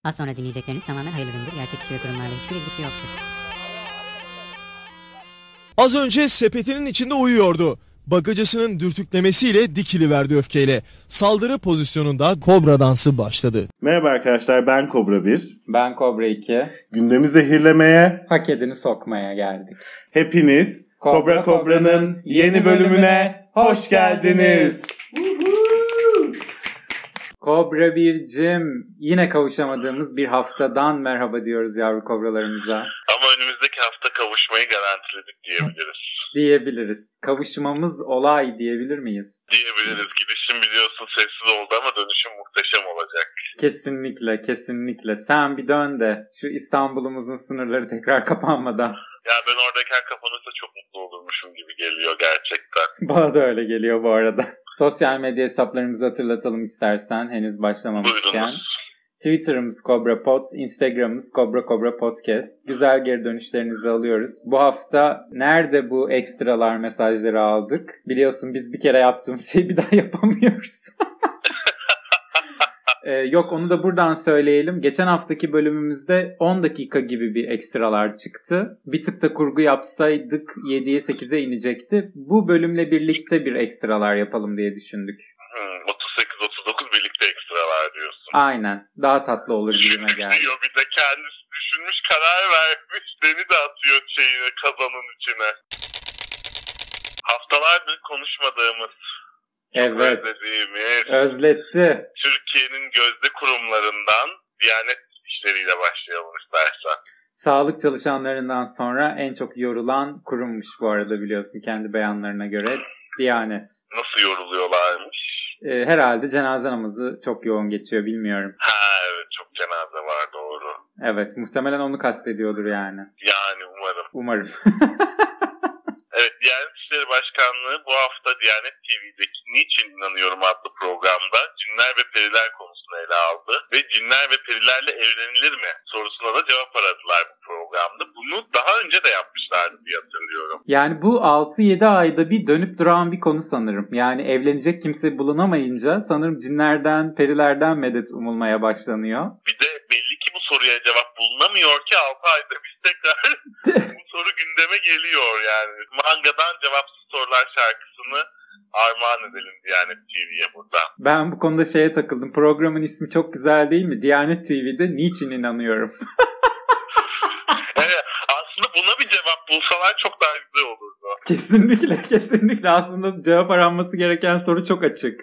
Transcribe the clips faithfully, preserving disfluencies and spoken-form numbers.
Az sonra dinleyecekleriniz tamamen hayırlı üründür. Gerçek kişi ve kurumlarla hiçbir ilgisi yoktur. Az önce sepetinin içinde uyuyordu. Bagacısının dürtüklemesiyle dikiliverdi öfkeyle. Saldırı pozisyonunda kobra dansı başladı. Merhaba arkadaşlar, ben Kobra bir. Ben Kobra iki. Gündemi zehirlemeye, hak edeni sokmaya geldik. Hepiniz Kobra Kobra'nın yeni bölümüne hoş geldiniz. Kobra bircim, yine kavuşamadığımız bir haftadan merhaba diyoruz yavru kobralarımıza. Ama önümüzdeki hafta kavuşmayı garantiledik diyebiliriz. Diyebiliriz. Kavuşmamız olay diyebilir miyiz? Diyebiliriz. Gidişim biliyorsun sessiz oldu ama dönüşüm muhteşem olacak. Kesinlikle, kesinlikle. Sen bir dön de şu İstanbul'umuzun sınırları tekrar kapanmadan. Ya ben oradayken kapanırsa çok mutlu olurmuşum gibi geliyor gerçekten. Bana da öyle geliyor bu arada. Sosyal medya hesaplarımızı hatırlatalım istersen henüz başlamamışken. Buyurunuz. Twitter'ımız Kobra Pod, Instagram'ımız Kobra Kobra Podcast. Güzel geri dönüşlerinizi alıyoruz. Bu hafta nerede bu ekstralar mesajları aldık? Biliyorsun biz bir kere yaptığımız şeyi bir daha yapamıyoruz. Ee, yok onu da buradan söyleyelim. Geçen haftaki bölümümüzde on dakika gibi bir ekstralar çıktı. Bir tık da kurgu yapsaydık yediye sekize inecekti. Bu bölümle birlikte bir ekstralar yapalım diye düşündük. Hmm, otuz sekiz otuz dokuz birlikte ekstralar diyorsun. Aynen. Daha tatlı olur gibime geldi. Diyor, bir de kendisi düşünmüş, karar vermiş. Beni de atıyor şeyine, kazanın içine. Haftalardır konuşmadığımız, Evet. özlediğimiz, Özletti. Türkiye'nin gözde kurumlarından Diyanet işleriyle başlayalım istersen. Sağlık çalışanlarından sonra en çok yorulan kurummuş bu arada biliyorsun kendi beyanlarına göre. Diyanet. Nasıl yoruluyorlarmış? Ee, herhalde cenaze namazı çok yoğun geçiyor bilmiyorum. Ha evet, çok cenaze var, doğru. Evet, muhtemelen onu kastediyordur yani. Yani umarım. Umarım. Evet, Diyanet İşleri Başkanlığı bu hafta Diyanet T V'deki Niçin İnanıyorum adlı programda cinler ve periler konusunu ele aldı. Ve cinler ve perilerle evlenilir mi sorusuna da cevap aradılar bu programda. Bunu daha önce de yapmışlardı diye hatırlıyorum. Yani bu altı yedi ayda bir dönüp duran bir konu sanırım. Yani evlenecek kimse bulunamayınca sanırım cinlerden, perilerden medet umulmaya başlanıyor. Bir de belli ki bu soruya cevap bulunamıyor ki altı ayda biz tekrar bu soru gündeme geliyor yani. Mangadan Cevapsız Sorular şarkısını armağan edelim Diyanet T V'ye burada. Ben bu konuda şeye takıldım. Programın ismi çok güzel değil mi? Diyanet T V'de Niçin İnanıyorum. Evet, aslında buna bir cevap bulsalar çok daha güzel olurdu. Kesinlikle, kesinlikle. Aslında cevap aranması gereken soru çok açık.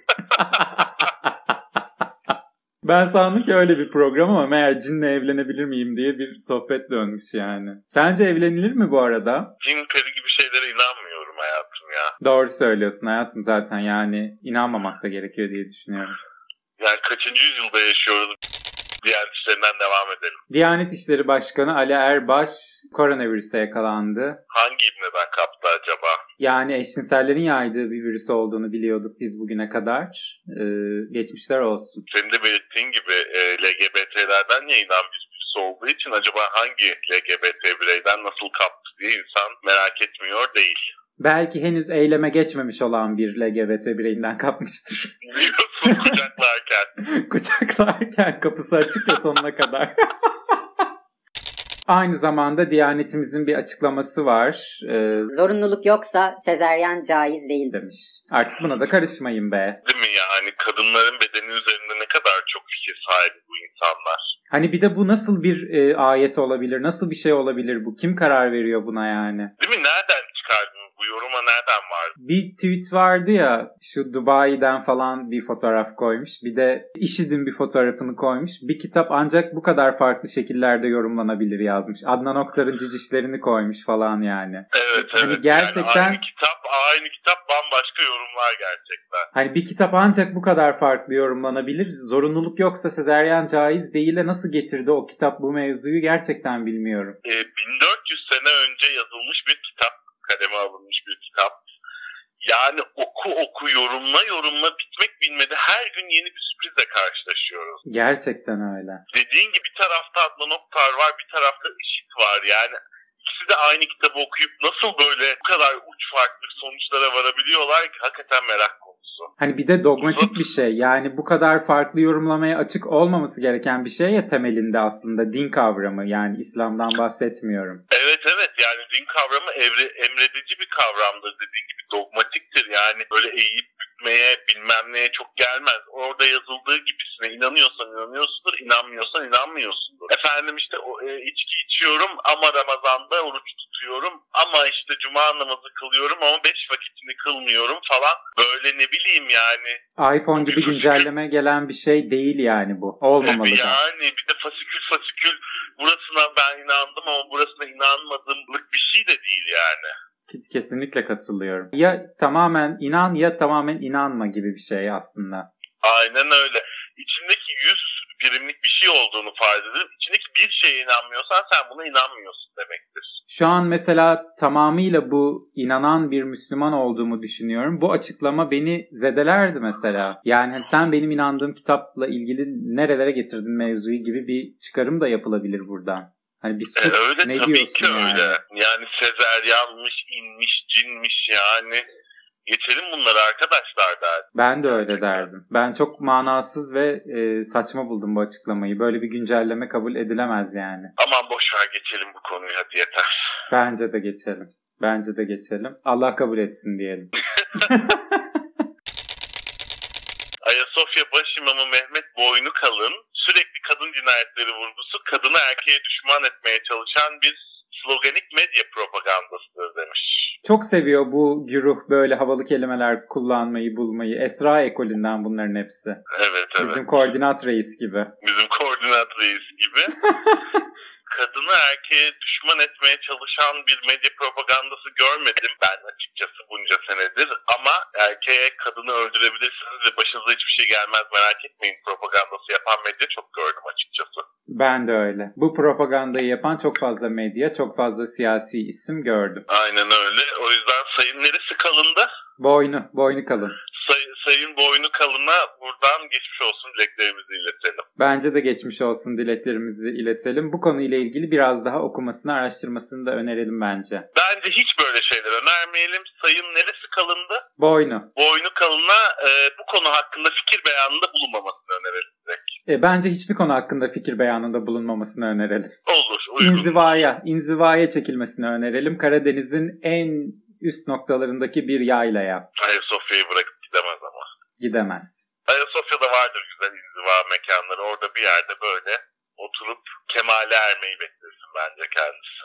Ben sandım ki öyle bir program ama meğer cinle evlenebilir miyim diye bir sohbet dönmüş yani. Sence evlenilir mi bu arada? Cin peri gibi şeylere inanmıyorum hayatım ya. Doğru söylüyorsun hayatım zaten yani inanmamak da gerekiyor diye düşünüyorum. Yani kaçıncı yüzyılda yaşıyoruz? Diğer işlerinden devam edelim. Diyanet İşleri Başkanı Ali Erbaş koronavirüse yakalandı. Hangi ibneden kaptı acaba? Yani eşcinsellerin yaydığı bir virüs olduğunu biliyorduk biz bugüne kadar. Ee, geçmişler olsun. Senin de belirttiğin gibi e, L G B T'lerden yayılan bir virüs olduğu için acaba hangi L G B T bireyden nasıl kaptı diye insan merak etmiyor değil. Belki henüz eyleme geçmemiş olan bir L G B T bireyinden kapmıştır. Biliyorsun kucaklarken. Kucaklarken kapısı açık ya sonuna kadar. Aynı zamanda Diyanetimizin bir açıklaması var. Ee, Zorunluluk yoksa sezaryen caiz değil demiş. Artık buna da karışmayın be. Değil mi yani, kadınların bedeni üzerinde ne kadar çok fikir sahibi bu insanlar. Hani bir de bu nasıl bir e, ayet olabilir? Nasıl bir şey olabilir bu? Kim karar veriyor buna yani? Değil mi? Nereden çıkardınız? Bu yoruma nereden vardı? Bir tweet vardı ya şu Dubai'den falan bir fotoğraf koymuş. Bir de IŞİD'in bir fotoğrafını koymuş. Bir kitap ancak bu kadar farklı şekillerde yorumlanabilir yazmış. Adnan Oktar'ın cicişlerini koymuş falan yani. Evet evet. Hani gerçekten... Yani aynı kitap, aynı kitap bambaşka yorumlar gerçekten. Hani bir kitap ancak bu kadar farklı yorumlanabilir. Zorunluluk yoksa sezaryen caiz değil'e nasıl getirdi o kitap bu mevzuyu gerçekten bilmiyorum. Ee, bin dört yüz sene önce yazılmış bir kitap. Kaleme alınmış bir kitap. Yani oku oku yorumla yorumla bitmek bilmedi. Her gün yeni bir sürprizle karşılaşıyoruz. Gerçekten öyle. Dediğin gibi bir tarafta Adnan Oktar var, bir tarafta IŞİD var. Yani ikisi de aynı kitabı okuyup nasıl böyle bu kadar uç farklı sonuçlara varabiliyorlar ki hakikaten merak konusu. Hani bir de dogmatik bir şey. Yani bu kadar farklı yorumlamaya açık olmaması gereken bir şey ya temelinde aslında din kavramı. Yani İslam'dan bahsetmiyorum. Evet evet yani din kavramı evre, emredici bir kavramdır. Dediğin gibi dogmatiktir. Yani böyle eğip bükmeye bilmem neye çok gelmez. Orada yazıldığı gibisine inanıyorsan inanıyorsundur, inanmıyorsan inanmıyorsundur. Efendim işte o, e, içki içiyorum ama Ramazan'da oruç tutuyorum ama işte cuma namazı kılıyorum ama beş vakitini kılmıyorum falan. Böyle ne bileyim yani. iPhone gibi güncelleme gelen bir şey değil yani bu. Olmamalı da. Yani bir de fasikül fasikül burasına ben inandım ama burasına inanmadımlık bir şey de değil yani. Kesinlikle katılıyorum. Ya tamamen inan ya tamamen inanma gibi bir şey aslında. Aynen öyle. İçindeki yüz birimlik bir şey olduğunu farz edip içindeki bir şeye inanmıyorsan sen buna inanmıyorsun demektir. Şu an mesela tamamıyla bu inanan bir Müslüman olduğumu düşünüyorum. Bu açıklama beni zedelerdi mesela. Yani hani sen benim inandığım kitapla ilgili nerelere getirdin mevzuyu gibi bir çıkarım da yapılabilir buradan. Hani bir sus, e, öyle, ne tabii diyorsun ki yani? Öyle. Yani Sezer yanmış, inmiş, cinmiş yani. Geçelim bunları arkadaşlar derdim. Ben de öyle derdim. Ben çok manasız ve e, saçma buldum bu açıklamayı. Böyle bir güncelleme kabul edilemez yani. Aman boşver geçelim bu konuyu hadi yeter. Bence de geçelim. Bence de geçelim. Allah kabul etsin diyelim. Ayasofya Başimamı Mehmet Boynukalın sürekli kadın cinayetleri vurgusu kadını erkeğe düşman etmeye çalışan bir sloganik medya propagandasıdır demiş. Çok seviyor bu güruh böyle havalı kelimeler kullanmayı, bulmayı. Esra ekolünden bunların hepsi. Evet evet. Bizim koordinat reis gibi. Bizim koordinat reis gibi. Kadını erkeğe düşman etmeye çalışan bir medya propagandası görmedim ben açıkçası bunca senedir. Ama erkeğe kadını öldürebilirsiniz ve başınıza hiçbir şey gelmez merak etmeyin propagandası yapan medya çok gördüm açıkçası. Ben de öyle. Bu propagandayı yapan çok fazla medya, çok fazla siyasi isim gördüm. Aynen öyle. O yüzden sayın neresi kalındı? Boynu, boynu kalın. Say, sayın Boynu Kalın'a buradan geçmiş olsun dileklerimizi iletelim. Bence de geçmiş olsun dileklerimizi iletelim. Bu konuyla ilgili biraz daha okumasını, araştırmasını da önerelim bence. Bence hiç böyle şeyler önermeyelim. Sayın neresi kalındı? Boynu. Boynu Kalın'a e, bu konu hakkında fikir beyanında bulunmamasını önerelim direkt. E, bence hiçbir konu hakkında fikir beyanında bulunmamasını önerelim. Olur, uygun. İnzivaya, inzivaya çekilmesini önerelim. Karadeniz'in en üst noktalarındaki bir yaylaya. Ayasofya'yı bırakıp gidemez ama. Gidemez. Ayasofya'da vardır güzel inziva mekanları. Orada bir yerde böyle oturup kemale ermeyi beklesin bence kendisi.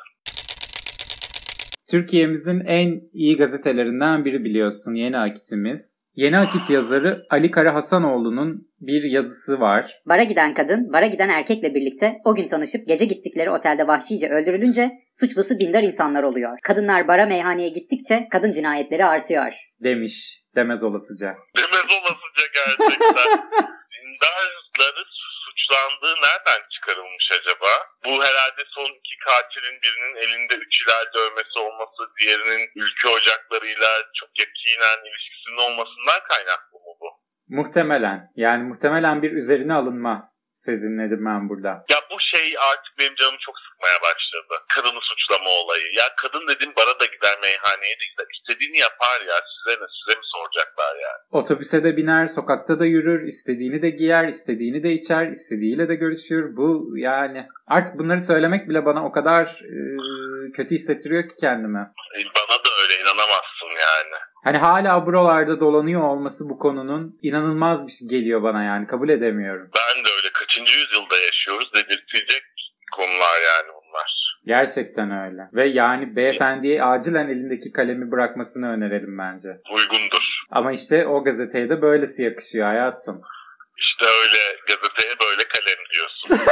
Türkiye'mizin en iyi gazetelerinden biri biliyorsun Yeni Akit'imiz. Yeni Akit yazarı Ali Kara Hasanoğlu'nun bir yazısı var. Bara giden kadın, bara giden erkekle birlikte o gün tanışıp gece gittikleri otelde vahşice öldürülünce suçlusu dindar insanlar oluyor. Kadınlar bara meyhaneye gittikçe kadın cinayetleri artıyor. Demiş. Demez olasıca. Demez olasıca gerçekten. Dindarları suçlandığı nereden çıkarılmış acaba? Bu herhalde son iki katilin birinin elinde üç hilal dövmesi olması, diğerinin ülke ocaklarıyla çok yakinen ilişkisinin olmasından kaynaklı mı bu? Muhtemelen. Yani muhtemelen bir üzerine alınma sezinledim ben burada. Ya bu şey artık benim canımı çok sıkmaya başladı. Kadını suçlama olayı. Ya kadın dediğin bara da gider, meyhaneye de gider. İstediğini yapar ya. Size ne? Size mi soracaklar yani? Otobüse de biner, sokakta da yürür, istediğini de giyer, istediğini de içer, istediğiyle de görüşür. Bu yani artık bunları söylemek bile bana o kadar e, kötü hissettiriyor ki kendime. E, bana da öyle, inanamazsın yani. Hani hala buralarda dolanıyor olması bu konunun inanılmaz bir şey geliyor bana yani. Kabul edemiyorum. Ben de öyle. Kaçıncı yüzyılda yaşıyoruz dedirtecek konular yani bunlar. Gerçekten öyle. Ve yani beyefendiye acilen elindeki kalemi bırakmasını önerelim bence. Uygundur. Ama işte o gazeteye de böylesi yakışıyor hayatım. İşte öyle gazeteye böyle kalem diyorsun.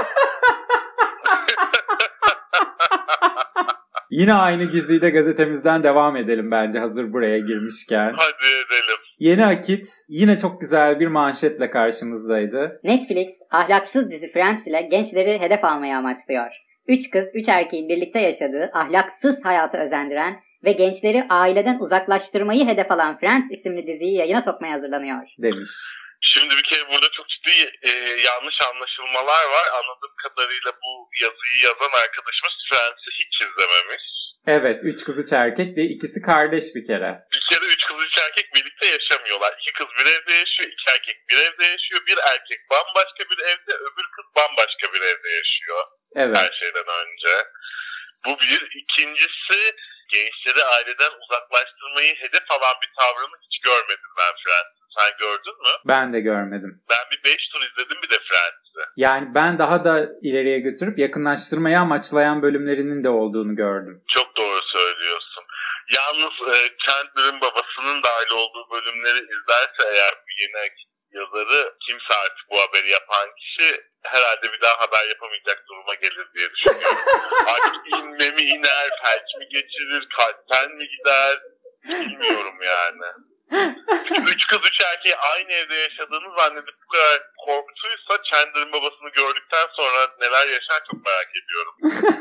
Yine aynı güzide gazetemizden devam edelim bence hazır buraya girmişken. Hadi edelim. Yeni Akit yine çok güzel bir manşetle karşımızdaydı. Netflix, ahlaksız dizi Friends ile gençleri hedef almayı amaçlıyor. Üç kız, üç erkeğin birlikte yaşadığı ahlaksız hayatı özendiren ve gençleri aileden uzaklaştırmayı hedef alan Friends isimli diziyi yayına sokmaya hazırlanıyor. Demiş. Şimdi bir kere burada çok ciddi e, yanlış anlaşılmalar var. Anladığım kadarıyla bu yazıyı yazan arkadaşımız Friends'i hiç izlememiş. Evet, üç kız üç erkek de ikisi kardeş bir kere. Bir kere üç kız üç erkek birlikte yaşamıyorlar. İki kız bir evde yaşıyor, iki erkek bir evde yaşıyor. Bir erkek bambaşka bir evde, öbür kız bambaşka bir evde yaşıyor. Evet. Her şeyden önce. Bu bir. İkincisi, gençleri aileden uzaklaştırmayı hedef alan bir tavrını hiç görmedim ben Friends'i. Sen gördün mü? Ben de görmedim. Ben bir beş tur izledim bir de Friends'i. Yani ben daha da ileriye götürüp yakınlaştırmayı amaçlayan bölümlerinin de olduğunu gördüm. Çok doğru söylüyorsun. Yalnız e, Chandler'ın babasının dahil olduğu bölümleri izlerse eğer bu yeni yazarı, kimse artık bu haberi yapan kişi herhalde bir daha haber yapamayacak duruma gelir diye düşünüyorum. Artık inme mi iner, felç mi geçirir, kalpten mi gider bilmiyorum yani. Üç kız üç erkeği aynı evde yaşadığını zannedip bu kadar korktuysa Chandler'ın babasını gördükten sonra neler yaşar çok merak ediyorum.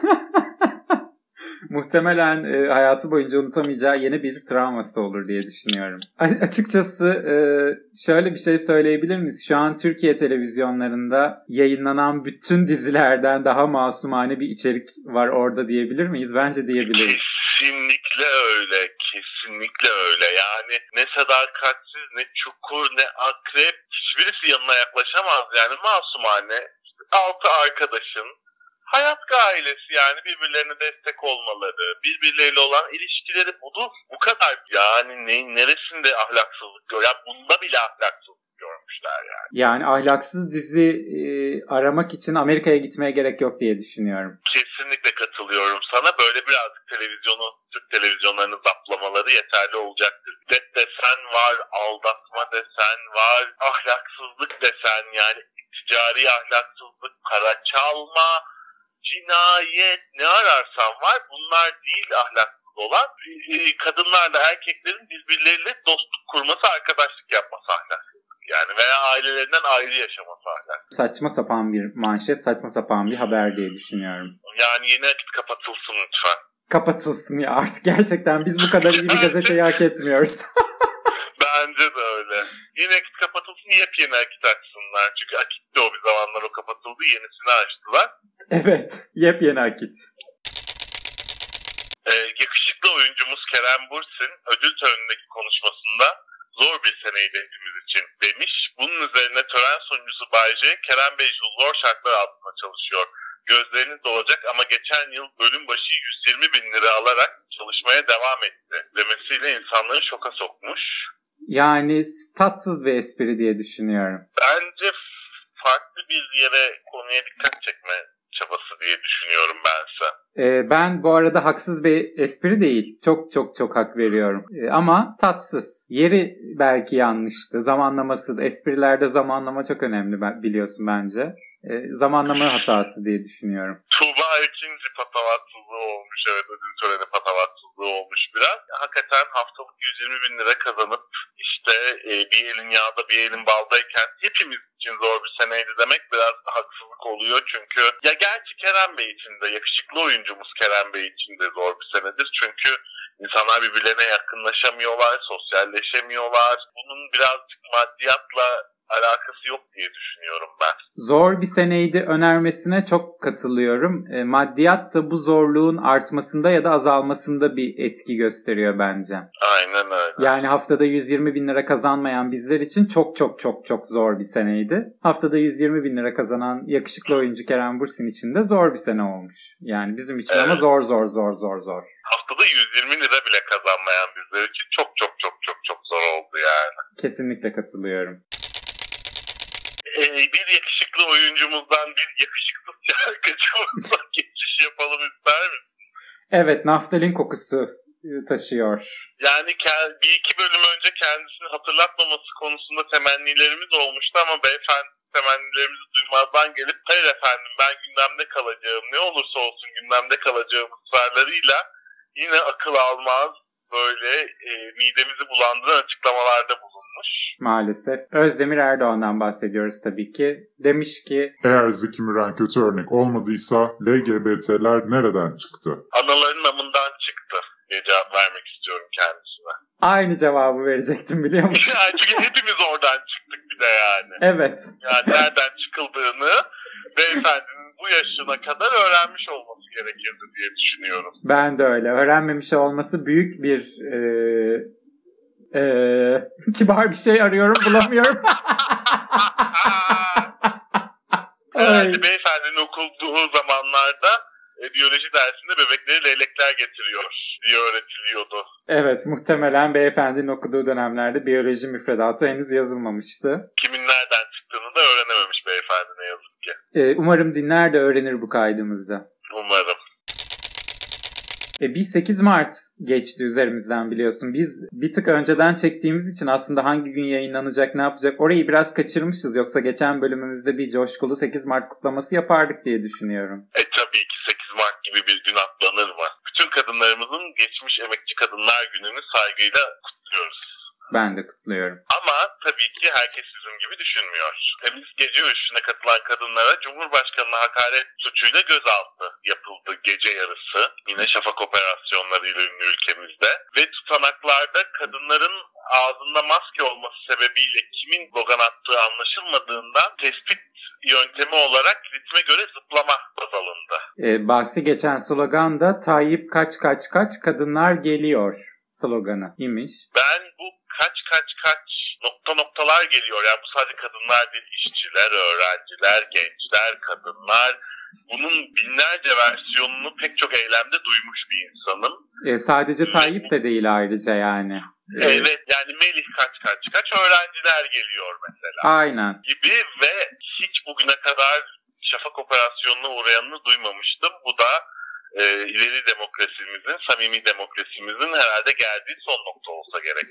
Muhtemelen e, hayatı boyunca unutamayacağı yeni bir travması olur diye düşünüyorum. A- açıkçası e, şöyle bir şey söyleyebilir miyiz? Şu an Türkiye televizyonlarında yayınlanan bütün dizilerden daha masumane bir içerik var orada diyebilir miyiz? Bence diyebiliriz. Kesinlikle öyle. Kesinlikle öyle. Yani ne sadakatsiz, ne çukur, ne akrep hiçbirisi yanına yaklaşamaz. Yani masumane altı arkadaşın hayat gailesi, yani birbirlerine destek olmaları, birbirleriyle olan ilişkileri budur. Bu kadar. Yani ne, neresinde ahlaksızlık gör? Ya bunda bile ahlaksızlık görmüşler yani. Yani ahlaksız dizi e, aramak için Amerika'ya gitmeye gerek yok diye düşünüyorum. Kesinlikle katılıyorum sana. Böyle birazcık televizyonu, Türk televizyonlarını zaplamaları yeterli olacaktır. Det desen var, aldatma desen var, ahlaksızlık desen yani ticari ahlaksızlık, para çalma, cinayet, ne ararsan var. Bunlar değil ahlaksız olan. Kadınlarla erkeklerin birbirleriyle dostluk kurması, arkadaşlık yapması ahlaksızlık. Yani veya ailelerinden ayrı yaşaması ahlaksızlık. Saçma sapan bir manşet, saçma sapan bir haber diye düşünüyorum. Yani yeni akit kapatılsın lütfen. Kapatılsın ya, artık gerçekten biz bu kadar iyi bir gazeteyi hak etmiyoruz. Bence de öyle. Yeni akit kapatılsın, yepyeni akit açsınlar. Çünkü akitti o bir zamanlar, o kapatıldı, yenisini açtılar. Evet, yepyeni akit. Ee, yakışıklı oyuncumuz Kerem Bürsin ödül törenindeki konuşmasında zor bir seneydi hepimiz için demiş. Bunun üzerine tören sunucusu Bayce, Kerem Bey zor şartlar altında çalışıyor. Gözleriniz dolacak ama geçen yıl bölüm başı yüz yirmi bin lira alarak çalışmaya devam etti demesiyle insanları şoka sokmuş. Yani tatsız bir espri diye düşünüyorum. Bence farklı bir yere, konuya dikkat çekme çabası diye düşünüyorum bense. Ee, ben bu arada haksız bir espri değil. Çok çok çok hak veriyorum. Ee, ama tatsız. Yeri belki yanlıştı. Zamanlaması da. Esprilerde zamanlama çok önemli biliyorsun bence. Ee, zamanlama hatası diye düşünüyorum. Tuğba ikinci patavatsızlığı olmuş. Evet, ödül töreni patavatsızlığı olmuş biraz. Hakikaten haftalık yüz yirmi bin lira kazanıp işte e, bir elin yağda bir elin baldayken hepimiz için zor bir seneydi demek biraz haksızlık oluyor. Çünkü ya gerçi Kerem Bey için de, yakışıklı oyuncumuz Kerem Bey için de zor bir senedir. Çünkü insanlar birbirlerine yakınlaşamıyorlar, sosyalleşemiyorlar. Bunun birazcık maddiyatla alakası yok diye düşünüyorum ben. Zor bir seneydi önermesine çok katılıyorum. E, maddiyat da bu zorluğun artmasında ya da azalmasında bir etki gösteriyor bence. Aynen öyle. Yani haftada yüz yirmi bin lira kazanmayan bizler için çok çok çok çok zor bir seneydi. Haftada yüz yirmi bin lira kazanan yakışıklı oyuncu Kerem Bürsin için de zor bir sene olmuş. Yani bizim için evet. Ama zor zor zor zor zor. Haftada yüz yirmi lira bile kazanmayan bizler için çok çok çok çok çok zor oldu yani. Kesinlikle katılıyorum. Ee, bir yakışıklı oyuncumuzdan bir yakışıklı şarkıcımıza geçiş yapalım ister misin? Evet, naftalin kokusu taşıyor. Yani bir iki bölüm önce kendisini hatırlatmaması konusunda temennilerimiz olmuştu ama beyefendi temennilerimizi duymazdan gelip hayır efendim ben gündemde kalacağım, ne olursa olsun gündemde kalacağım ısrarlarıyla yine akıl almaz böyle e, midemizi bulandıran açıklamalarda bulunmuş. Maalesef. Özdemir Erdoğan'dan bahsediyoruz tabii ki. Demiş ki eğer Zeki Müren kötü örnek olmadıysa L G B T'ler nereden çıktı? Anaların amından çıktı diye cevap vermek istiyorum kendisine. Aynı cevabı verecektim biliyor musun? Yani çünkü hepimiz oradan çıktık bir de yani. Evet. Yani nereden çıkıldığını beyefendinin bu yaşına zamana kadar öğrenmiş olması gerekirdi diye düşünüyorum. Ben de öyle. Öğrenmemiş olması büyük bir e, e, kibar bir şey arıyorum, bulamıyorum. Herhalde beyefendinin okuduğu zamanlarda e, biyoloji dersinde bebekleri leylekler getiriyor diye öğretiliyordu. Evet, muhtemelen beyefendinin okuduğu dönemlerde biyoloji müfredatı henüz yazılmamıştı. Kimin nereden çıktığını da öğrenememiş beyefendi ne yazık ki. Ee, umarım dinler de öğrenir bu kaydımızda. Umarım. E, bir sekiz Mart geçti üzerimizden biliyorsun. Biz bir tık önceden çektiğimiz için aslında hangi gün yayınlanacak, ne yapacak orayı biraz kaçırmışız. Yoksa geçen bölümümüzde bir coşkulu sekiz Mart kutlaması yapardık diye düşünüyorum. E tabii ki sekiz Mart gibi bir gün atlanır mı? Bütün kadınlarımızın geçmiş emekçi kadınlar gününü saygıyla kutluyoruz. Ben de kutluyorum. Ama tabii ki herkes bizim gibi düşünmüyor. Temiz gece yürüyüşüne katılan kadınlara Cumhurbaşkanı'na hakaret suçuyla gözaltı yapıldı gece yarısı. Yine şafak operasyonlarıyla ünlü ülkemizde. Ve tutanaklarda kadınların ağzında maske olması sebebiyle kimin slogan attığı anlaşılmadığından tespit yöntemi olarak ritme göre zıplama baz alındı. Ee, bahsi geçen slogan da Tayyip kaç kaç kaç kadınlar geliyor sloganı imiş. Ben bu kaç kaç kaç nokta noktalar geliyor. Yani bu sadece kadınlar değil, işçiler, öğrenciler, gençler, kadınlar. Bunun binlerce versiyonunu pek çok eylemde duymuş bir insanım. Ee, sadece Tayyip de değil ayrıca yani. Ee, evet yani Melih kaç kaç kaç öğrenciler geliyor mesela. Aynen. Gibi ve hiç bugüne kadar şafak operasyonuna uğrayanını duymamıştım. Bu da e, ileri demokrasimizin, samimi demokrasimizin herhalde geldiği son nokta olsa gerek.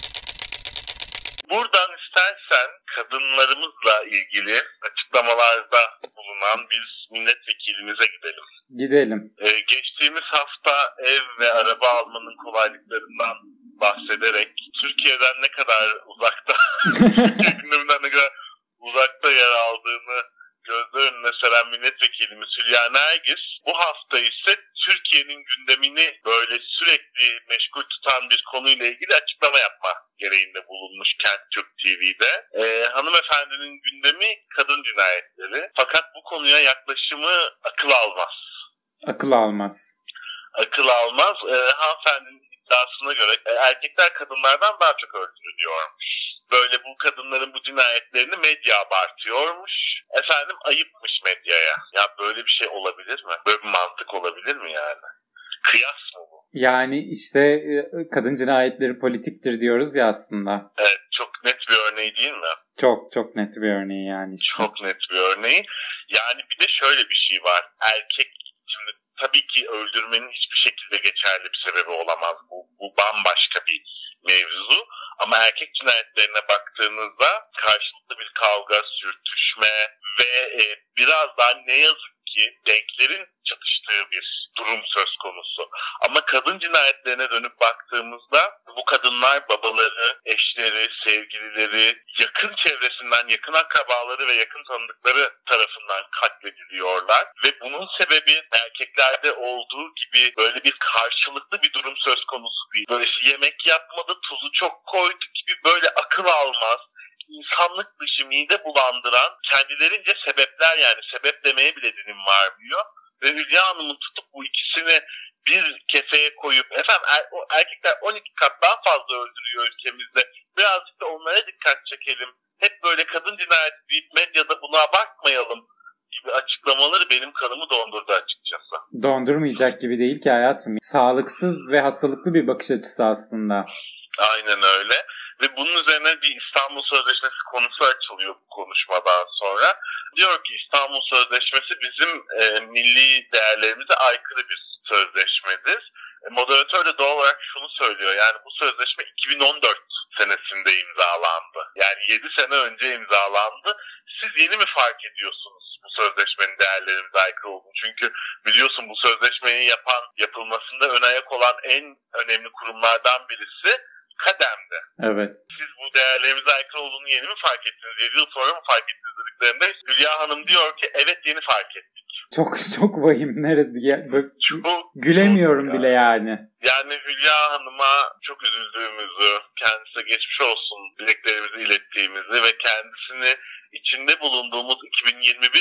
Buradan istersen kadınlarımızla ilgili açıklamalarda bulunan bir milletvekilimize gidelim. Gidelim. Ee, geçtiğimiz hafta ev ve araba almanın kolaylıklarından bahsederek Türkiye'den ne kadar uzakta, Türkiye gündeminden ne kadar uzakta yer aldığını gözler önüne seren milletvekilimiz Hülya Nergis, bu hafta ise Türkiye'nin gündemini böyle sürekli meşgul tutan bir konuyla ilgili açıklama yapma gereğinde bulunmuş Kent Türk T V'de. Ee, hanımefendinin gündemi kadın cinayetleri. Fakat bu konuya yaklaşımı akıl almaz. Akıl almaz. Akıl almaz. Ee, hanımefendinin iddiasına göre e, erkekler kadınlardan daha çok öldürülüyormuş. Böyle bu kadınların bu cinayetlerini medya abartıyormuş. Efendim ayıpmış medyaya. Ya böyle bir şey olabilir mi? Böyle bir mantık olabilir mi yani? Kıyas mı bu? Yani işte kadın cinayetleri politiktir diyoruz ya aslında. Evet, çok net bir örneği değil mi? Çok çok net bir örneği yani işte. Çok net bir örneği. Yani bir de şöyle bir şey var. Erkek şimdi tabii ki öldürmenin hiçbir şekilde geçerli bir sebebi olamaz. Bu, bu bambaşka bir mevzu. Ama erkek cinayetlerine baktığınızda karşılıklı bir kavga, sürtüşme ve e, biraz daha ne yazık ki denklerin çatıştığı bir durum söz konusu. Ama kadın cinayetlerine dönüp baktığımızda bu kadınlar babaları, eşleri, sevgilileri, yakın çevresinden, yakın akrabaları ve yakın tanıdıkları tarafından katlediliyorlar. Ve bunun sebebi erkeklerde olduğu gibi böyle bir karşılıklı bir durum söz konusu değil. Böyle işte yemek yapmadı, tuzu çok koydu gibi böyle akıl almaz, insanlık dışı, mide bulandıran kendilerince sebepler, yani sebep demeye bile dilim varmıyor. Ve Hülya Hanım'ın tutup bu ikisini bir kefeye koyup efendim er, o erkekler on iki kat daha fazla öldürüyor ülkemizde, birazcık da onlara dikkat çekelim, hep böyle kadın cinayeti deyip medyada bunu abartmayalım gibi açıklamaları benim kanımı dondurdu açıkçası. Dondurmayacak gibi değil ki hayatım. Sağlıksız ve hastalıklı bir bakış açısı aslında. Aynen öyle. Ve bunun üzerine bir İstanbul Sözleşmesi konusu açılıyor bu konuşmadan sonra. Diyor ki İstanbul Sözleşmesi bizim e, milli değerlerimize aykırı bir sözleşmedir. E, moderatör de doğal olarak şunu söylüyor. Yani bu sözleşme iki bin on dört senesinde imzalandı. Yani yedi sene önce imzalandı. Siz yeni mi fark ediyorsunuz bu sözleşmenin değerlerimize aykırı olduğunu? Çünkü biliyorsun bu sözleşmeyi yapan, yapılmasında ön ayak olan en önemli kurumlardan birisi KADEM'de. Evet. Siz bu değerlerimize aykırı olduğunu yeni mi fark ettiniz? yedi yıl sonra mı fark ettiniz dediklerinde Hülya Hanım diyor ki evet yeni fark ettik. Çok çok vahim. Nerede? Çok, Gülemiyorum çok bile yani. Yani Hülya Hanım'a çok üzüldüğümüzü, kendisine geçmiş olsun dileklerimizi ilettiğimizi ve kendisini içinde bulunduğumuz iki bin yirmi bir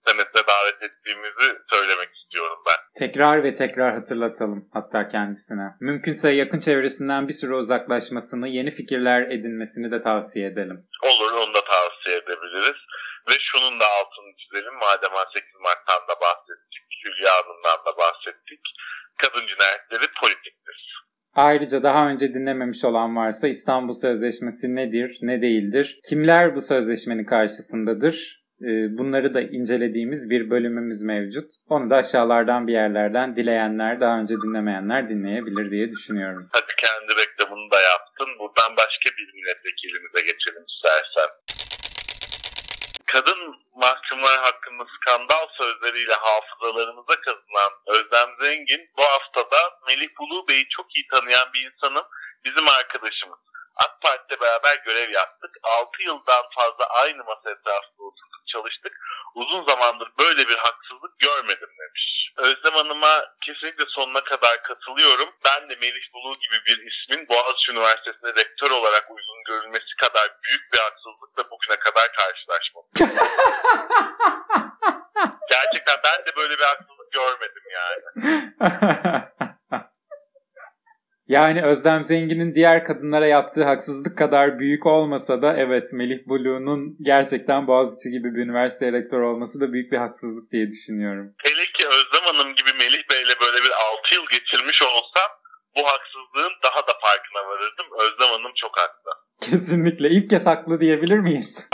senesine davet ettiğimizi söylemek istiyorum ben. Tekrar ve tekrar hatırlatalım hatta kendisine. Mümkünse yakın çevresinden bir süre uzaklaşmasını, yeni fikirler edinmesini de tavsiye edelim. Olur, onu da tavsiye edebiliriz. Ve şunun da altını çizelim. Madem on sekiz Mart'tan da bahsettik, Hülya Hanım'dan da bahsettik. Kadın cinayetleri politiktir. Ayrıca daha önce dinlememiş olan varsa İstanbul Sözleşmesi nedir, ne değildir? Kimler bu sözleşmenin karşısındadır? Bunları da incelediğimiz bir bölümümüz mevcut. Onu da aşağılardan bir yerlerden dileyenler, daha önce dinlemeyenler dinleyebilir diye düşünüyorum. Hadi kendi reklamını da yaptın. Buradan başka bir milletvekilimize geçelim istersen. Kadın mahkumlar hakkında skandal sözleriyle hafızalarımıza kazınan Özlem Zengin bu haftada Melih Bulu Bey'i çok iyi tanıyan bir insanın bizim arkadaşımız. AK Parti'de beraber görev yaptık. altı yıldan fazla aynı masa etrafında oturduk, çalıştık. Uzun zamandır böyle bir haksızlık görmedim demiş. Özlem Hanım'a kesinlikle sonuna kadar katılıyorum. Ben de Melih Bulu gibi bir ismin Boğaziçi Üniversitesi'nde rektör olarak uygun görülmesi kadar büyük bir haksızlıkla bugüne kadar karşılaşmadım. Gerçekten ben de böyle bir haksızlık görmedim yani. Yani Özlem Zengin'in diğer kadınlara yaptığı haksızlık kadar büyük olmasa da evet, Melih Bulu'nun gerçekten Boğaziçi gibi bir üniversite rektörü olması da büyük bir haksızlık diye düşünüyorum. Hele ki Özlem Hanım gibi Melih Bey'le böyle bir altı yıl geçirmiş olsam bu haksızlığın daha da farkına varırdım. Özlem Hanım çok haklı. Kesinlikle. İlk kez haklı diyebilir miyiz?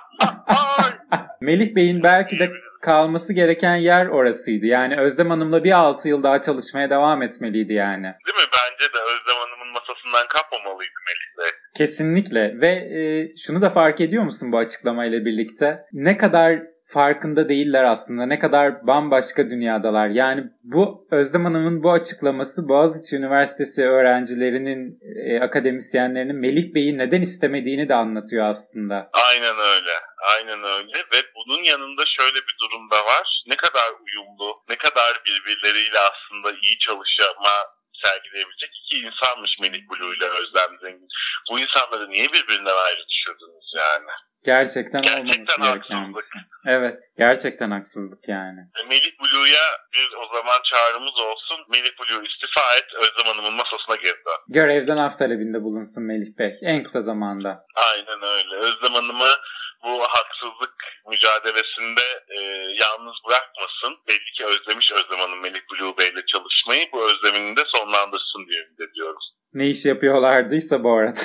Melih Bey'in belki de kalması gereken yer orasıydı. Yani Özlem Hanım'la bir altı yıl daha çalışmaya devam etmeliydi yani. Değil mi? Bence de Özlem Hanım'ın masasından kalkmamalıydı Melih Bey. Kesinlikle. Ve e, şunu da fark ediyor musun bu açıklamayla birlikte? Ne kadar farkında değiller aslında. Ne kadar bambaşka dünyadalar. Yani bu Özlem Hanım'ın bu açıklaması Boğaziçi Üniversitesi öğrencilerinin, e, akademisyenlerinin Melih Bey'i neden istemediğini de anlatıyor aslında. Aynen öyle. Aynen öyle ve bunun yanında şöyle bir durum da var. Ne kadar uyumlu, ne kadar birbirleriyle aslında iyi çalışma sergileyebilecek iki insanmış Melih Bulu ile Özlem Zengin. Bu insanları niye birbirinden ayrı düşürdünüz yani? Gerçekten, gerçekten olmaması gereken bir şey. Evet, gerçekten haksızlık yani. Melih Bulu'ya bir o zaman çağrımız olsun. Melih Bulu istifa et, Özlem Hanım'ın masasına geri dön. Görevden af talebinde bulunsun Melih Bey en kısa zamanda. Aynen öyle. Özlem Hanım'ı bu haksızlık mücadelesinde e, yalnız bırakmasın. Belli ki özlemiş Özlem Hanım Melih Bulu Bey'le çalışmayı. Bu özlemini de sonlandırsın diye ümit ediyoruz. Ne iş yapıyorlardıysa bu arada.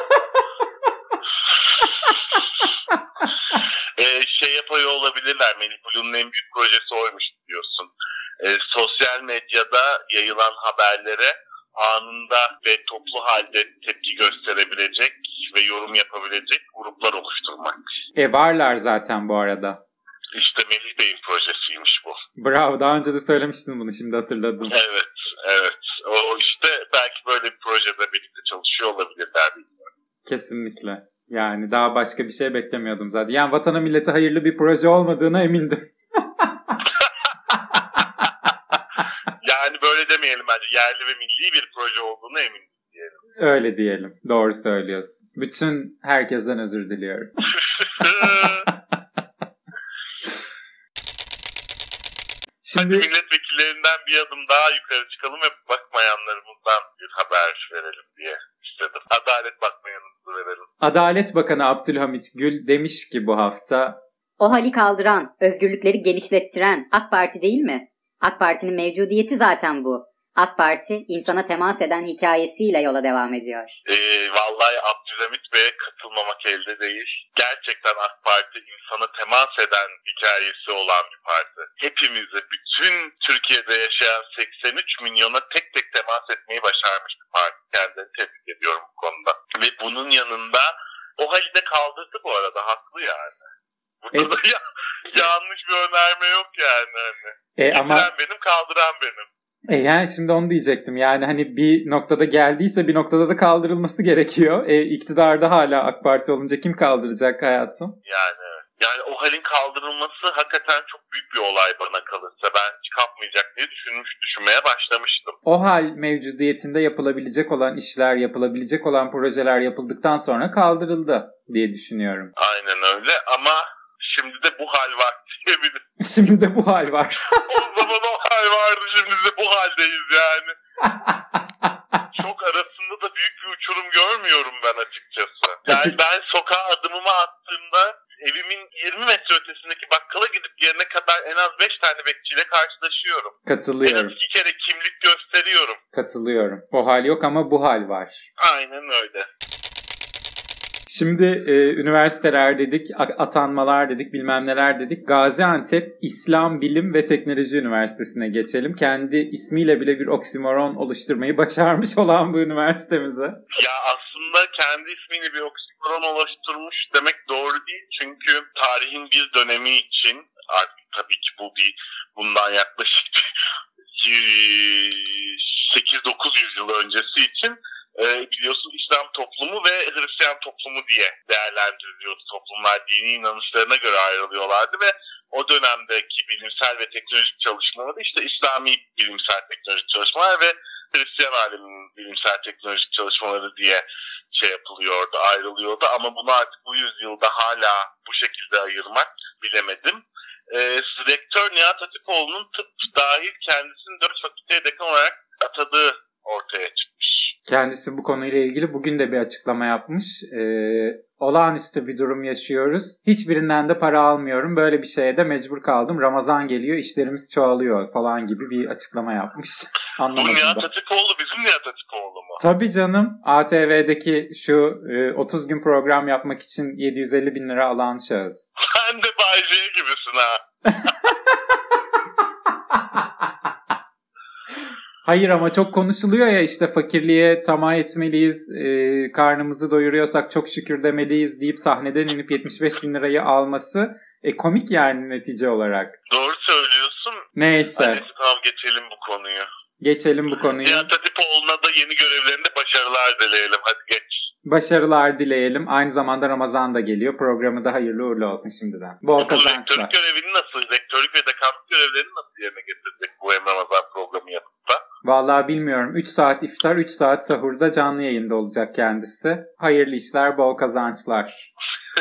Ee, şey yapıyor olabilirler. Melih Bulu'nun en büyük projesi oymuş diyorsun. Ee, sosyal medyada yayılan haberlere anında ve toplu halde tepki gösterebilecek ve yorum yapabilecek gruplar oluşturmak. E varlar zaten bu arada. İşte Melih Bey'in projesiymiş bu. Bravo, daha önce de söylemiştin bunu, şimdi hatırladım. Evet, evet. O işte belki böyle bir projede birlikte çalışıyor olabilirler, bilmiyorum. Kesinlikle. Yani daha başka bir şey beklemiyordum zaten. Yani vatana millete hayırlı bir proje olmadığına emindim. Yani böyle demeyelim bence. Yerli ve milli bir proje olduğuna emindim diyelim. Öyle diyelim. Doğru söylüyorsun. Bütün herkesten özür diliyorum. Şimdi hadi milletvekillerinden bir adım daha yukarı çıkalım ve bakmayanlarımızdan bir haber verelim diye istedim. Adalet Bakmayanımızı verelim. Adalet Bakanı Abdülhamit Gül demiş ki bu hafta, o hali kaldıran, özgürlükleri genişlettiren AK Parti değil mi? AK Parti'nin mevcudiyeti zaten bu. AK Parti insana temas eden hikayesiyle yola devam ediyor. Ee, vallahi Abdülhamit Bey'e katılmamak elde değil. Gerçekten AK Parti insana temas eden hikayesi olan bir parti. Hepimize, bütün Türkiye'de yaşayan seksen üç milyona tek tek temas etmeyi başarmış bir parti. Kendini tebrik ediyorum bu konuda. Ve bunun yanında o hali de kaldırdı bu arada. Haklı yani. Burada e, ya, yanlış bir önerme yok yani. E, ama benim, kaldıran benim. E yani şimdi onu diyecektim. Yani hani bir noktada geldiyse bir noktada da kaldırılması gerekiyor. E, iktidarda hala AK Parti olunca kim kaldıracak hayatım? Yani yani o halin kaldırılması hakikaten çok büyük bir olay bana kalırsa. Ben hiç kalkmayacak diye düşünmüş, düşünmeye başlamıştım. O hal mevcudiyetinde yapılabilecek olan işler, yapılabilecek olan projeler yapıldıktan sonra kaldırıldı diye düşünüyorum. Aynen öyle ama şimdi de bu hal var diyebilirim. Şimdi de bu hal var. O zaman o hal vardı, şimdi de bu haldeyiz yani. Çok arasında da büyük bir uçurum görmüyorum ben açıkçası. Yani Açık... ben sokağa adımımı attığımda evimin yirmi metre ötesindeki bakkala gidip yerine kadar en az beş tane bekçiyle karşılaşıyorum. Katılıyorum. En az iki kere kimlik gösteriyorum. Katılıyorum. O hal yok ama bu hal var. Aynen öyle. Şimdi e, üniversiteler dedik, atanmalar dedik, bilmem neler dedik. Gaziantep İslam Bilim ve Teknoloji Üniversitesi'ne geçelim. Kendi ismiyle bile bir oksimoron oluşturmayı başarmış olan bu üniversitemize. Ya aslında kendi ismiyle bir oksimoron oluşturmuş demek doğru değil. Çünkü tarihin bir dönemi için, artık tabii ki bu bir bundan yaklaşık sekiz dokuz yüz yıl öncesi için e, biliyorsun İslam toplumu ve Hristiyan toplumu diye değerlendiriliyordu. Toplumlar dini inanışlarına göre ayrılıyorlardı ve o dönemdeki bilimsel ve teknolojik çalışmaları işte İslami bilimsel teknolojik çalışmalar ve Hristiyan aleminin bilimsel teknolojik çalışmaları diye şey yapılıyordu, ayrılıyordu. Ama bunu artık bu yüzyılda hala bu şekilde ayırmak bilemedim. E, Rektör Nihat Hatipoğlu'nun tıp dahil kendisini dört fakülteye dekan olarak atadığı ortaya çıkmış. Kendisi bu konuyla ilgili bugün de bir açıklama yapmış. Ee, olağanüstü bir durum yaşıyoruz. Hiçbirinden de para almıyorum. Böyle bir şeye de mecbur kaldım. Ramazan geliyor, işlerimiz çoğalıyor falan gibi bir açıklama yapmış. Anlamadım. Bu Nihat da. Hatipoğlu bizim Nihat Hatipoğlu mu? Tabii canım. A T V'deki şu e, otuz gün program yapmak için yedi yüz elli bin lira alan şahıs. Sen de Bay J gibisin ha. Hayır ama çok konuşuluyor ya işte fakirliğe tamah etmeliyiz, e, karnımızı doyuruyorsak çok şükür demeliyiz deyip sahneden inip yetmiş beş bin lirayı alması e, komik yani netice olarak. Doğru söylüyorsun. Neyse. Hadi tamam geçelim bu konuyu. Geçelim bu konuyu. Nihat Hatipoğlu'na da yeni görevlerinde başarılar dileyelim. Hadi geç. Başarılar dileyelim. Aynı zamanda Ramazan da geliyor. Programı da hayırlı uğurlu olsun şimdiden. Bol bu kazançlar. rektörlük görevini nasıl, rektörlük ve dekanlık görevlerini nasıl yerine getirecek bu hem Ramazan programı yapıp da? Vallahi bilmiyorum. üç saat iftar, üç saat sahurda canlı yayında olacak kendisi. Hayırlı işler, bol kazançlar.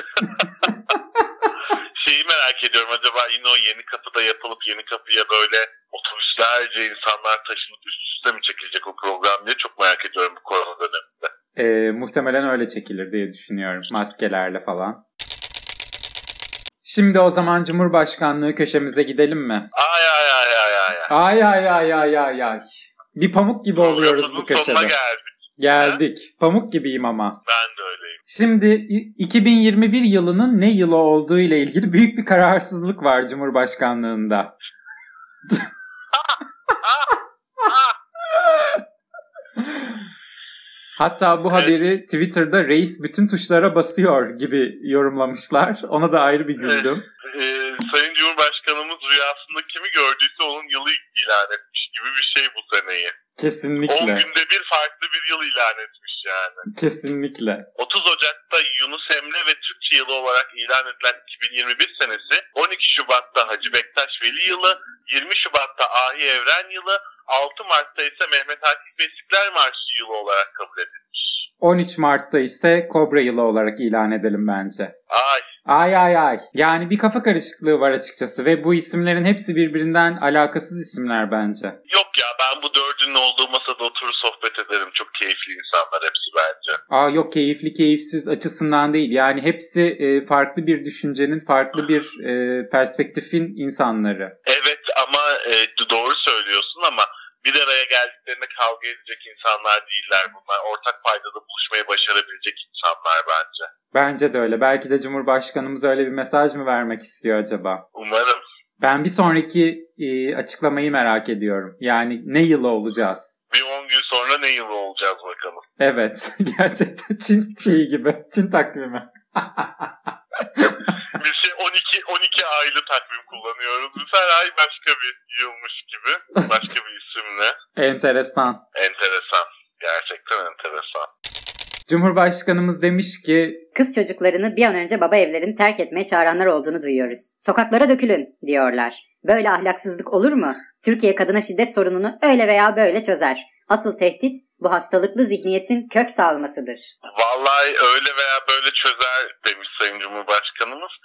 Şeyi merak ediyorum, acaba yine o yeni kapıda yapılıp yeni kapıya böyle otobüslerce insanlar taşınıp üst üste mi çekilecek o program diye çok merak ediyorum bu korona döneminde. Ee, muhtemelen öyle çekilir diye düşünüyorum. Maskelerle falan. Şimdi o zaman Cumhurbaşkanlığı köşemize gidelim mi? Ay ay ay ay ay. Ay ay ay ay ay ay. Bir pamuk gibi oluyoruz bu köşede. Sonuna geldik. Geldik. Ha? Pamuk gibiyim ama. Ben de öyleyim. Şimdi iki bin yirmi bir yılının ne yılı olduğu ile ilgili büyük bir kararsızlık var Cumhurbaşkanlığında. Hatta bu haberi Twitter'da reis bütün tuşlara basıyor gibi yorumlamışlar. Ona da ayrı bir güldüm. Evet, e, Sayın Cumhurbaşkanımız rüyasında kimi gördüyse onun yılı ilan etmiş gibi bir şey bu seneyi. Kesinlikle. on günde bir farklı bir yıl ilan etmiş yani. Kesinlikle. otuz Ocak'ta Yunus Emre ve Türkçe yılı olarak ilan edilen iki bin yirmi bir senesi, on iki Şubat'ta Hacı Bektaş Veli yılı, yirmi Şubat'ta Ahi Evren yılı, altı Mart'ta ise Mehmet Akif ve İstiklal Marşı yılı olarak kabul edilmiş. on üç Mart'ta ise Kobra yılı olarak ilan edelim bence. Ay. Ay ay ay. Yani bir kafa karışıklığı var açıkçası ve bu isimlerin hepsi birbirinden alakasız isimler bence. Yok ya, ben bu dördünün olduğu masada oturur sohbet ederim. Çok keyifli insanlar hepsi bence. Aa yok, keyifli keyifsiz açısından değil. Yani hepsi e, farklı bir düşüncenin, farklı bir e, perspektifin insanları. Evet ama e, doğru söylüyorsun ama bir araya geldiklerinde kavga edecek insanlar değiller bunlar. Ortak paydada buluşmayı başarabilecek insanlar bence. Bence de öyle. Belki de Cumhurbaşkanımız öyle bir mesaj mı vermek istiyor acaba? Umarım. Ben bir sonraki e, açıklamayı merak ediyorum. Yani ne yılı olacağız? Bir on gün sonra ne yılı olacağız bakalım. Evet. Gerçekten Çin şeyi gibi. Çin takvimi. Biz şey on iki on iki aylı takvim kullanıyoruz. Biz her ay başka bir yılmış gibi. Başka bir isimle. Enteresan. Enteresan. Gerçekten enteresan. Cumhurbaşkanımız demiş ki kız çocuklarını bir an önce baba evlerini terk etmeye çağıranlar olduğunu duyuyoruz. Sokaklara dökülün diyorlar. Böyle ahlaksızlık olur mu? Türkiye kadına şiddet sorununu öyle veya böyle çözer. Asıl tehdit bu hastalıklı zihniyetin kök salmasıdır. Vallahi öyle veya böyle çözer demiş Sayın Cumhurbaşkanımız.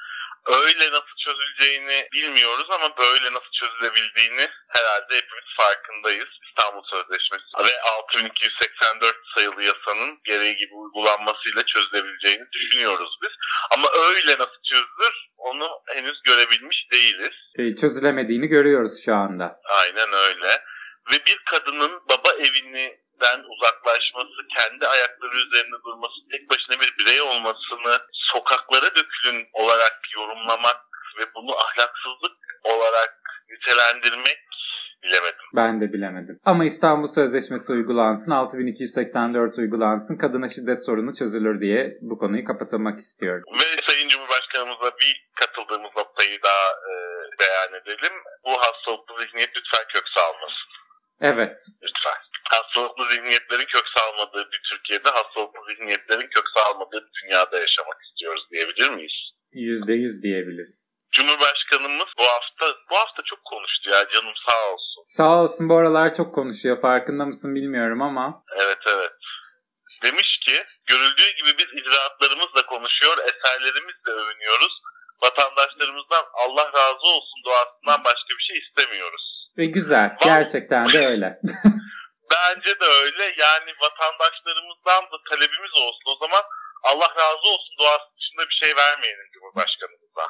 öyle nasıl çözüleceğini bilmiyoruz ama böyle nasıl çözülebildiğini herhalde hepimiz farkındayız. İstanbul Sözleşmesi ve altı bin iki yüz seksen dört sayılı yasanın gereği gibi uygulanmasıyla çözülebileceğini düşünüyoruz biz. Ama öyle nasıl çözülür onu henüz görebilmiş değiliz. E, çözülemediğini görüyoruz şu anda. Aynen öyle. Ve bir kadının baba evinden uzaklaşması, kendi ayakları üzerinde durması, tek başına bir birey olmasını sokaklara dökülün olarak yorumlamak ve bunu ahlaksızlık olarak nitelendirmek bilemedim. Ben de bilemedim. Ama İstanbul Sözleşmesi uygulansın, altı bin iki yüz seksen dört uygulansın, kadına şiddet sorunu çözülür diye bu konuyu kapatılmak istiyorum. Ve Sayın Cumhurbaşkanımıza bir katıldığımız noktayı daha e, beyan edelim. Bu hastalıklı zihniyet lütfen kök salmasın. Evet. Lütfen. Hastalıklı zihniyetlerin kök salmadığı bir Türkiye'de, hastalıklı zihniyetlerin kök salmadığı bir dünyada yaşamak istiyoruz diyebilir miyiz? Yüzde yüz diyebiliriz. Cumhurbaşkanımız bu hafta bu hafta çok konuştu ya, canım sağ olsun. Sağ olsun, bu aralar çok konuşuyor. Farkında mısın bilmiyorum ama. Evet evet. Demiş ki, görüldüğü gibi biz icraatlarımızla konuşuyor, eserlerimizle övünüyoruz. Vatandaşlarımızdan Allah razı olsun duasından başka bir şey istemiyoruz. Ve güzel. Gerçekten de öyle. Bence de öyle. Yani vatandaşlarımızdan da talebimiz olsun. O zaman Allah razı olsun duası dışında bir şey vermeyelim Cumhurbaşkanımıza.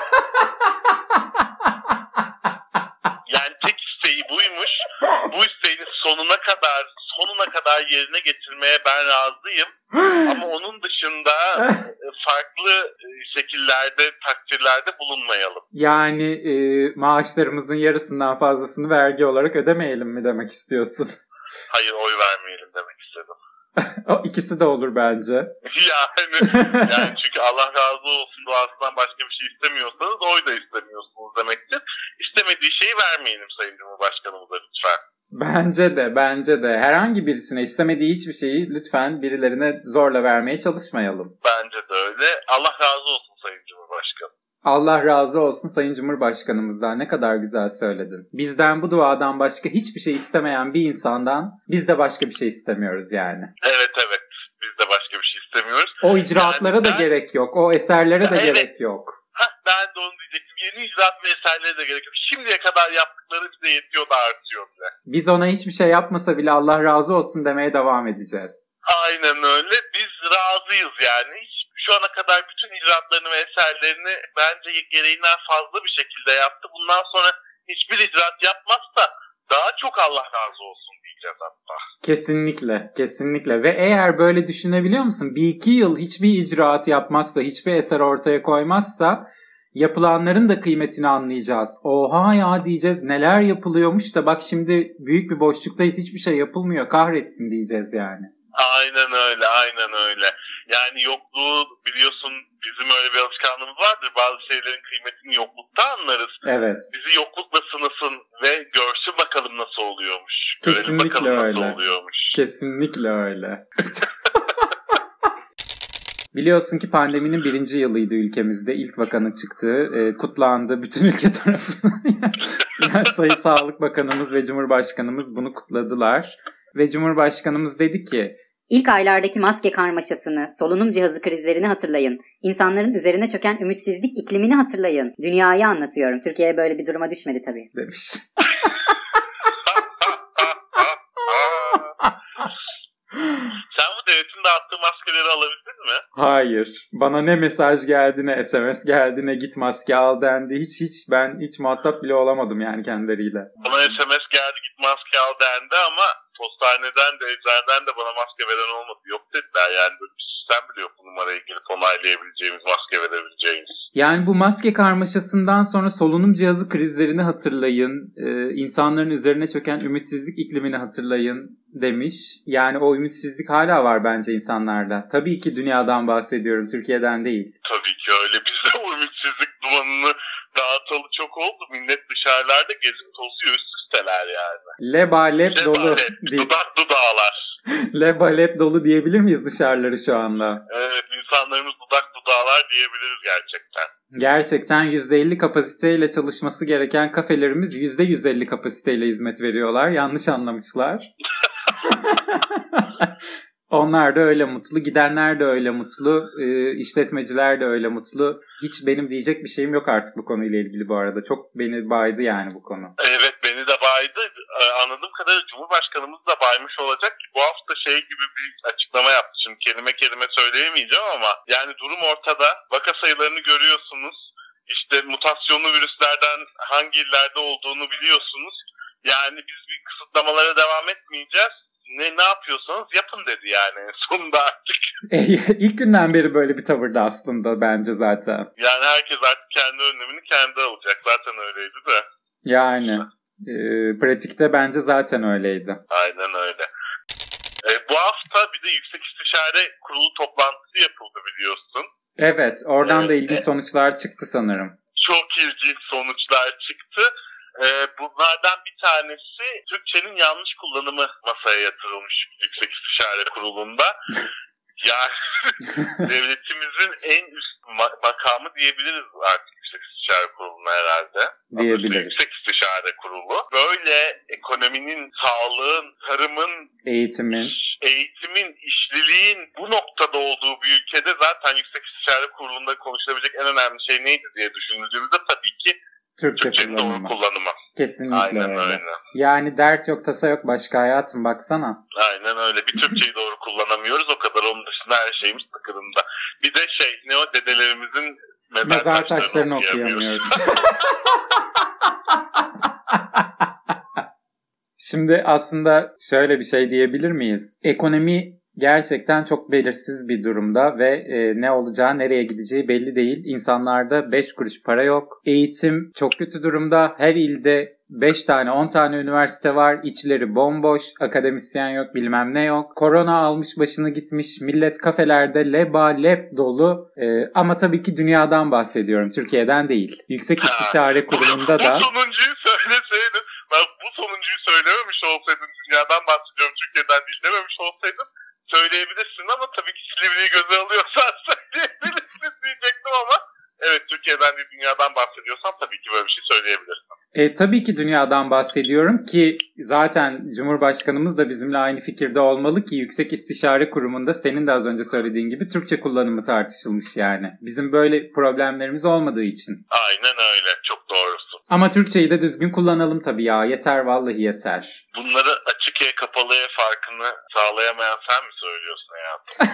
Yani tek isteği buymuş. Bu isteğini sonuna kadar sonuna kadar yerine getirmeye ben razıyım. Ama onun dışında farklı şekillerde, takdirlerde bulunmayalım. Yani e, maaşlarımızın yarısından fazlasını vergi olarak ödemeyelim mi demek istiyorsun? Hayır, oy vermeyelim demek istedim. O ikisi de olur bence. yani, yani çünkü Allah razı olsun duasından başka bir şey istemiyorsanız oy da istemiyorsunuz demektir. İstemediği şeyi vermeyelim Sayın Cumhurbaşkanımıza lütfen. Bence de, bence de. Herhangi birisine istemediği hiçbir şeyi lütfen birilerine zorla vermeye çalışmayalım. Bence de öyle. Allah razı olsun Sayın Cumhurbaşkanım. Allah razı olsun Sayın Cumhurbaşkanımızdan. Ne kadar güzel söyledin. Bizden bu duadan başka hiçbir şey istemeyen bir insandan biz de başka bir şey istemiyoruz yani. Evet evet. Biz de başka bir şey istemiyoruz. O icraatlara yani da ben... gerek yok. O eserlere ya de evet. gerek yok. Hah, ben de onu diyecektim. Yeni icraat ve eserlere de gerek yok. Şimdiye kadar yaptıkları bize yetiyor da artıyor bile. Biz ona hiçbir şey yapmasa bile Allah razı olsun demeye devam edeceğiz. Aynen öyle. Biz razıyız yani. Hiç şu ana kadar bütün icraatlarını ve eserlerini bence gereğinden fazla bir şekilde yaptı. Bundan sonra hiçbir icraat yapmazsa daha çok Allah razı olsun diyeceğiz hatta. Kesinlikle, kesinlikle. Ve eğer böyle düşünebiliyor musun? Bir iki yıl hiçbir icraat yapmazsa, hiçbir eser ortaya koymazsa yapılanların da kıymetini anlayacağız. Oha ya diyeceğiz, neler yapılıyormuş da bak şimdi büyük bir boşluktayız, hiçbir şey yapılmıyor, kahretsin diyeceğiz yani. Aynen öyle, aynen öyle. Yani yokluğu biliyorsun, bizim öyle bir alışkanlığımız vardır. Bazı şeylerin kıymetini yoklukta anlarız. Evet. Bizi yoklukla sınasın ve görsün bakalım nasıl oluyormuş. Kesinlikle Görelim bakalım öyle. Nasıl oluyormuş. Kesinlikle öyle. Biliyorsun ki pandeminin birinci yılıydı ülkemizde. İlk vakanın çıktığı, e, kutlandı bütün ülke tarafından. Yani Sayın Sağlık Bakanımız ve Cumhurbaşkanımız bunu kutladılar. Ve Cumhurbaşkanımız dedi ki, İlk aylardaki maske karmaşasını, solunum cihazı krizlerini hatırlayın. İnsanların üzerine çöken ümitsizlik iklimini hatırlayın. Dünyayı anlatıyorum. Türkiye böyle bir duruma düşmedi tabii. Demiş. Sen bu devletin dağıttığı maskeleri alabildin mi? Hayır. Bana ne mesaj geldi, ne S M S geldi, ne git maske al dendi. Hiç hiç ben hiç muhatap bile olamadım yani kendileriyle. Bana S M S geldi, git maske al dendi ama postaneden de eczaneden de bana maske veren olmadı. Yok dediler yani, böyle bir sistem bile yok bu numaraya girip onaylayabileceğimiz, maske verebileceğimiz. Yani bu maske karmaşasından sonra solunum cihazı krizlerini hatırlayın, ee, insanların üzerine çöken ümitsizlik iklimini hatırlayın demiş. Yani o ümitsizlik hala var bence insanlarda. Tabii ki dünyadan bahsediyorum, Türkiye'den değil. Tabii ki öyle. Biz de o ümitsizlik dumanını dağıtalı çok oldu. Millet dışarılarda gezip tozuyor, üst üsteler yani. Lebalep dolu. Dudak dudağlar. Lebalep dolu diyebilir miyiz dışarıları şu anda? Evet, insanlarımız dudak dudağlar diyebiliriz gerçekten. Gerçekten yüzde elli kapasiteyle çalışması gereken kafelerimiz yüzde yüz elli kapasiteyle hizmet veriyorlar. Yanlış anlamışlar. Onlar da öyle mutlu, gidenler de öyle mutlu, e, işletmeciler de öyle mutlu. Hiç benim diyecek bir şeyim yok artık bu konuyla ilgili bu arada. Çok beni baydı yani bu konu. Evet, beni de baydı. Ee, anladığım kadarıyla Cumhurbaşkanımız da baymış olacak ki bu hafta şey gibi bir açıklama yaptı. Şimdi kelime kelime söyleyemeyeceğim ama yani durum ortada. Vaka sayılarını görüyorsunuz. İşte mutasyonlu virüslerden hangi illerde olduğunu biliyorsunuz. Yani biz bir kısıtlamalara devam etmeyeceğiz. Ne ne yapıyorsanız yapın dedi yani sonunda artık. İlk günden beri böyle bir tavırdı aslında bence zaten. Yani herkes artık kendi önlemini kendi alacak. Zaten öyleydi de. Yani e, pratikte bence zaten öyleydi. Aynen öyle. E, bu hafta bir de Yüksek İstişare Kurulu toplantısı yapıldı biliyorsun. Evet, oradan evet, da ilginç evet. sonuçlar çıktı sanırım. Çok ilginç sonuçlar çıktı. E, bunlardan bir tanesi Türkçenin yanlış kullanımı masaya yatırılmış Yüksek İstişare Kurulu'nda. Yani devletimizin en üst ma- makamı diyebiliriz artık Yüksek İstişare Kurulu'na herhalde. Diyebiliriz. Yüksek İstişare Kurulu. Böyle ekonominin, sağlığın, tarımın, eğitimin, eğitimin, işliliğin bu noktada olduğu bir ülkede zaten Yüksek İstişare Kurulu'nda konuşulabilecek en önemli şey neydi diye düşündüğümüzde tabii ki Türkçe Türkçenin kullanımı. doğru kullanımı. Kesinlikle Aynen öyle. öyle. Yani dert yok, tasa yok başka hayatım, baksana. Aynen öyle. Bir Türkçeyi doğru kullanamıyoruz. O kadar, onun dışında her şeyimiz tıkırında. Bir de şey, ne o dedelerimizin mezar, Mezar taşlarını, taşlarını okuyamıyoruz. okuyamıyoruz. Şimdi aslında şöyle bir şey diyebilir miyiz? Ekonomi gerçekten çok belirsiz bir durumda ve e, ne olacağı, nereye gideceği belli değil. İnsanlarda beş kuruş para yok. Eğitim çok kötü durumda. Her ilde beş tane on tane üniversite var. İçleri bomboş. Akademisyen yok, bilmem ne yok. Korona almış başını gitmiş. Millet kafelerde lebalep dolu. E, ama tabii ki dünyadan bahsediyorum. Türkiye'den değil. Yüksek İstişare Kurulu'nda da... Bu sonuncuyu söyleseydin, ben bu sonuncuyu söylememiş olsaydım, dünyadan bahsediyorum, Türkiye'den değil dememiş olsaydım söyleyebilirsin ama tabii ki Silivri'yi göze alıyorsan söyleyebilirsin diyecektim ama evet, Türkiye'den değil dünyadan bahsediyorsan tabii ki böyle bir şey söyleyebilirsin. E, tabii ki dünyadan bahsediyorum ki zaten Cumhurbaşkanımız da bizimle aynı fikirde olmalı ki Yüksek İstişare Kurumu'nda senin de az önce söylediğin gibi Türkçe kullanımı tartışılmış yani. Bizim böyle problemlerimiz olmadığı için. Aynen öyle, çok doğrusun. Ama Türkçeyi de düzgün kullanalım tabii ya, yeter vallahi yeter. Bunları açık e kapalı e farkını sağlayamayan sen mi söylüyorsun hayatım?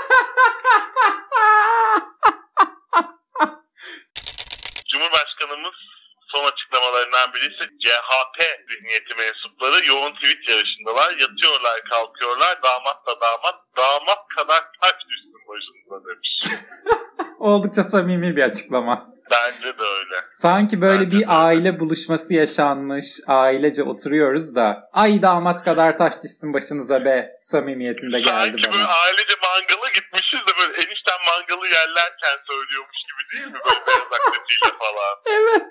Cumhurbaşkanımız son açıklamalarından birisi C H P zihniyeti mensupları yoğun tweet yarışındalar. Yatıyorlar, kalkıyorlar, damat da damat, damat kadar taş düşsün başımıza demiş. Oldukça samimi bir açıklama. Bence de öyle. Sanki böyle Bence bir de. aile buluşması yaşanmış, ailece oturuyoruz da ay damat kadar taş düşsün başınıza be samimiyetinde geldi Sanki bana. böyle ailece mangala gitmişiz de böyle enişten mangalı yerlerken söylüyormuş gibi değil mi? Böyle beyaz akletiyle falan. Evet.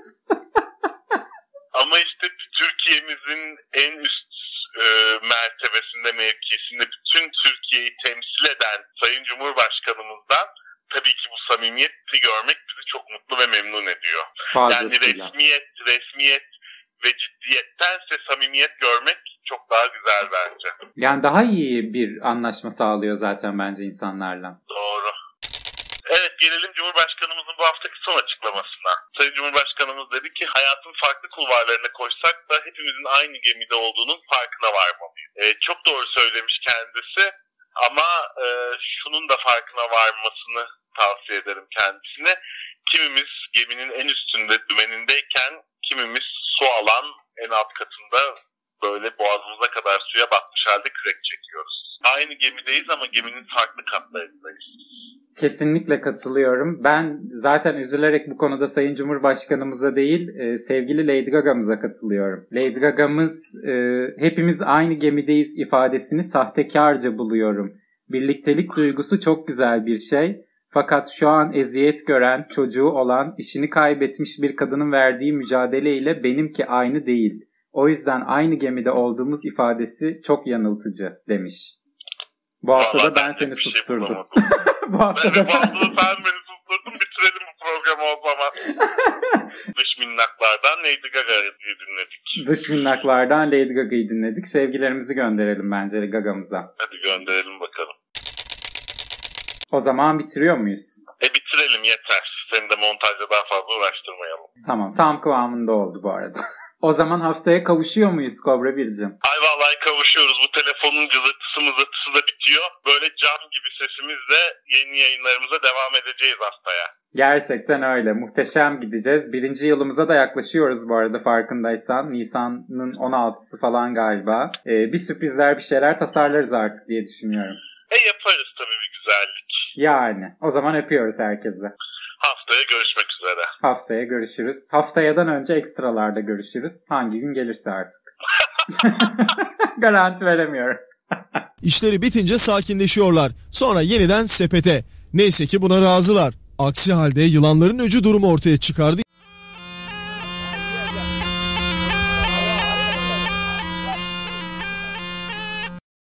Ama işte Türkiye'mizin en üst e, mertebesinde, mevkisinde bütün Türkiye'yi temsil eden Sayın Cumhurbaşkanımızdan tabii ki bu samimiyeti görmek bizi çok mutlu ve memnun ediyor. Fazlasıyla. Yani resmiyet, resmiyet ve ciddiyettense samimiyet görmek çok daha güzel bence. Yani daha iyi bir anlaşma sağlıyor zaten bence insanlarla. Doğru. Evet, gelelim Cumhurbaşkanımızın bu haftaki son açıklamasına. Sayın Cumhurbaşkanımız dedi ki hayatın farklı kulvarlarına koşsak da hepimizin aynı gemide olduğunun farkına varmalıyız. Ee, çok doğru söylemiş kendisi ama e, şunun da farkına varmasını tavsiye ederim kendisine. Kimimiz geminin en üstünde, dümenindeyken kimimiz su alan en alt katında böyle boğazımıza kadar suya batmış halde kürek çekiyoruz. Aynı gemideyiz ama geminin farklı katlarındayız. Kesinlikle katılıyorum. Ben zaten üzülerek bu konuda Sayın Cumhurbaşkanımıza değil, e, sevgili Lady Gaga'mıza katılıyorum. Lady Gaga'mız e, hepimiz aynı gemideyiz ifadesini sahtekarca buluyorum. Birliktelik duygusu çok güzel bir şey. Fakat şu an eziyet gören, çocuğu olan, işini kaybetmiş bir kadının verdiği mücadeleyle benimki aynı değil. O yüzden aynı gemide olduğumuz ifadesi çok yanıltıcı demiş. Bu hafta da ben seni susturdum. Bu hafta da ben seni... sen beni susturdun, bitirelim bu programı o zaman. Dış minnaklardan Lady Gaga'yı dinledik. Dış minnaklardan Lady Gaga'yı dinledik. Sevgilerimizi gönderelim bence Gaga'mıza. Hadi gönderelim bakalım. O zaman bitiriyor muyuz? E bitirelim yeter. Seni de montajla daha fazla uğraştırmayalım. Tamam, tam kıvamında oldu bu arada. O zaman haftaya kavuşuyor muyuz Kobra bircim? Ay vallahi kavuşuyoruz. Bu telefonun cızırtısı mızırtısı da bitiyor. Böyle cam gibi sesimizle yeni yayınlarımıza devam edeceğiz haftaya. Gerçekten öyle. Muhteşem gideceğiz. Birinci yılımıza da yaklaşıyoruz bu arada farkındaysan. Nisan'ın on altısı falan galiba. Ee, bir sürprizler bir şeyler tasarlarız artık diye düşünüyorum. E yaparız tabii bir güzellik. Yani. O zaman öpüyoruz herkese. Haftaya görüşmek üzere. Haftaya görüşürüz. Haftayadan önce ekstralarda görüşürüz. Hangi gün gelirse artık. Garanti veremiyorum. İşleri bitince sakinleşiyorlar. Sonra yeniden sepete. Neyse ki buna razılar. Aksi halde yılanların öcü durumu ortaya çıkardı.